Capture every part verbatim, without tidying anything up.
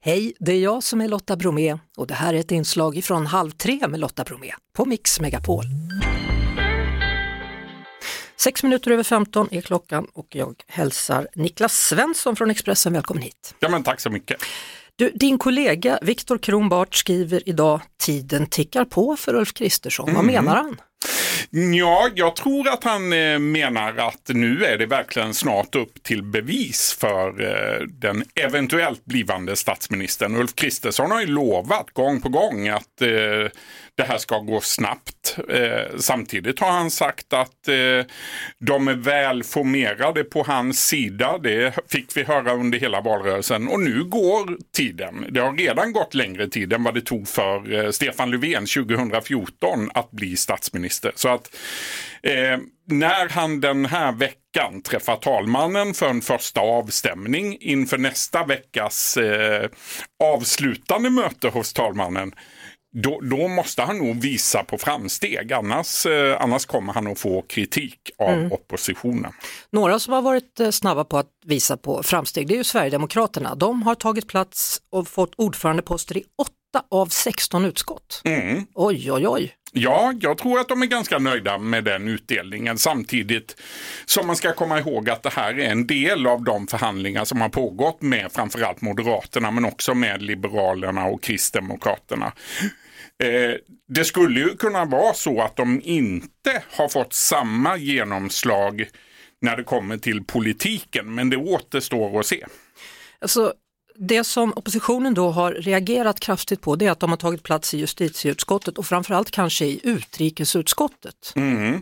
Hej, det är jag som är Lotta Bromé och det här är ett inslag från Halv tre med Lotta Bromé på Mix Megapol. Sex minuter över femton är klockan och jag hälsar Niklas Svensson från Expressen. Välkommen hit. Ja, men tack så mycket. Du, din kollega Viktor Kronbart skriver idag: tiden tickar på för Ulf Kristersson. Mm. Vad menar han? Ja, jag tror att han eh, menar att nu är det verkligen snart upp till bevis för eh, den eventuellt blivande statsministern. Ulf Kristersson har ju lovat gång på gång att eh, det här ska gå snabbt. Eh, samtidigt har han sagt att eh, de är väl formerade på hans sida. Det fick vi höra under hela valrörelsen och nu går tiden. Det har redan gått längre tid än vad det tog för eh, Stefan Löfven tjugohundrafjorton att bli statsminister. Så att eh, när han den här veckan träffar talmannen för en första avstämning inför nästa veckas eh, avslutande möte hos talmannen, Då, då måste han nog visa på framsteg, annars, eh, annars kommer han att få kritik av mm. oppositionen. Några som har varit eh, snabba på att visa på framsteg, det är ju Sverigedemokraterna. De har tagit plats och fått ordförandeposter i åtta av sexton utskott. Mm. Oj, oj, oj. Ja, jag tror att de är ganska nöjda med den utdelningen, samtidigt som man ska komma ihåg att det här är en del av de förhandlingar som har pågått med framförallt Moderaterna men också med Liberalerna och Kristdemokraterna. Eh, det skulle ju kunna vara så att de inte har fått samma genomslag när det kommer till politiken, men det återstår att se. Alltså, det som oppositionen då har reagerat kraftigt på, det är att de har tagit plats i justitieutskottet och framförallt kanske i utrikesutskottet. Mm.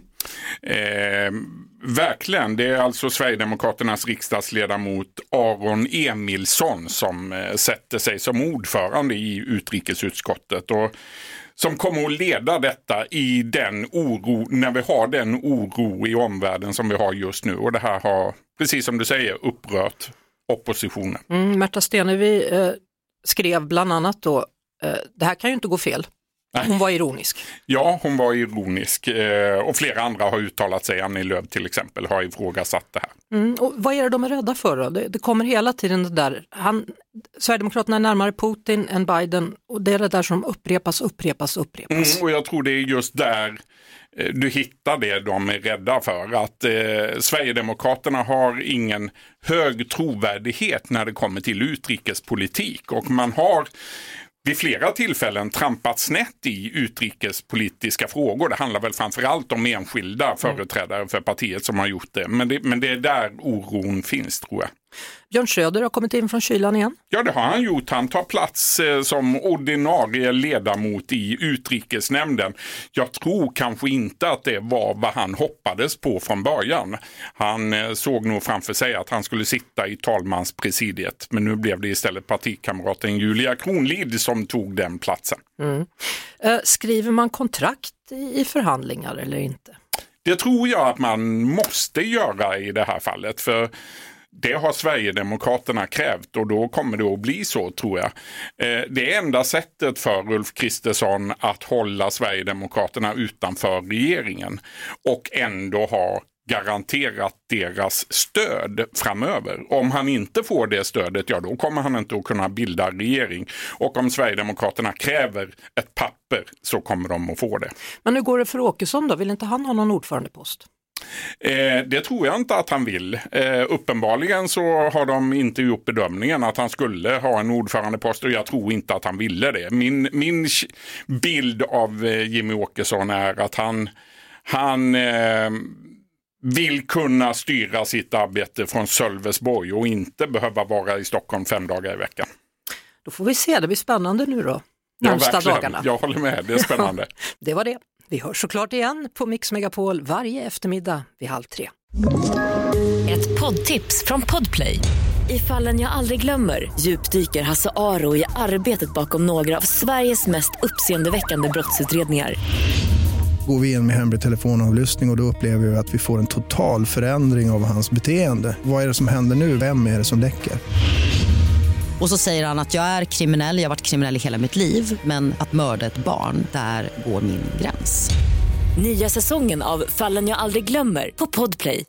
Eh, verkligen, det är alltså Sverigedemokraternas riksdagsledamot Aron Emilsson som eh, sätter sig som ordförande i utrikesutskottet och som kommer att leda detta i den oro, när vi har den oro i omvärlden som vi har just nu, och det här har, precis som du säger, upprört oppositionen. Mm, Märta Stenevi eh, skrev bland annat då, eh, det här kan ju inte gå fel. Hon var ironisk. Ja, hon var ironisk eh, och flera andra har uttalat sig. Annie Lööf till exempel har ifrågasatt det här. Mm, och vad är det de är rädda för då? Det, det kommer hela tiden det där. Han, Sverigedemokraterna är närmare Putin än Biden och det är det där som upprepas, upprepas, upprepas. Mm, och jag tror det är just där eh, du hittar det de är rädda för. Att eh, Sverigedemokraterna har ingen hög trovärdighet när det kommer till utrikespolitik och man har vid flera tillfällen trampat snett i utrikespolitiska frågor. Det handlar väl framförallt om enskilda företrädare för partiet som har gjort det. Men det, men det är där oron finns, tror jag. Björn Söder har kommit in från kylan igen. Ja, det har han gjort. Han tar plats eh, som ordinarie ledamot i utrikesnämnden. Jag tror kanske inte att det var vad han hoppades på från början. Han eh, såg nog framför sig att han skulle sitta i talmanspresidiet. Men nu blev det istället partikamraten Julia Kronlid som tog den platsen. Mm. Eh, skriver man kontrakt i, i förhandlingar eller inte? Det tror jag att man måste göra i det här fallet, för det har Sverigedemokraterna krävt och då kommer det att bli så, tror jag. Eh, det enda sättet för Ulf Kristersson att hålla Sverigedemokraterna utanför regeringen och ändå ha garanterat deras stöd framöver. Om han inte får det stödet, ja då kommer han inte att kunna bilda regering. Och om Sverigedemokraterna kräver ett papper så kommer de att få det. Men hur går det för Åkesson då? Vill inte han ha någon ordförandepost? Eh, det tror jag inte att han vill. Eh, uppenbarligen så har de inte gjort bedömningen att han skulle ha en ordförandepost och jag tror inte att han ville det. Min, min bild av eh, Jimmy Åkesson är att han, han eh, vill kunna styra sitt arbete från Sölvesborg och inte behöva vara i Stockholm fem dagar i veckan. Då får vi se, det blir spännande nu då. Närmsta ja, dagarna. Jag håller med, det är spännande. Det var det. Vi hörs såklart igen på Mix Megapol varje eftermiddag vid halv tre. Ett poddtips från Podplay. I Fallen jag aldrig glömmer djupdyker Hasse Aro i arbetet bakom några av Sveriges mest uppseendeväckande brottsutredningar. Går vi in med hemlig telefonavlyssning och då upplever vi att vi får en total förändring av hans beteende. Vad är det som händer nu? Vem är det som läcker? Och så säger han att jag är kriminell, jag har varit kriminell i hela mitt liv. Men att mörda ett barn, där går min gräns. Nya säsongen av Fallen jag aldrig glömmer på Podplay.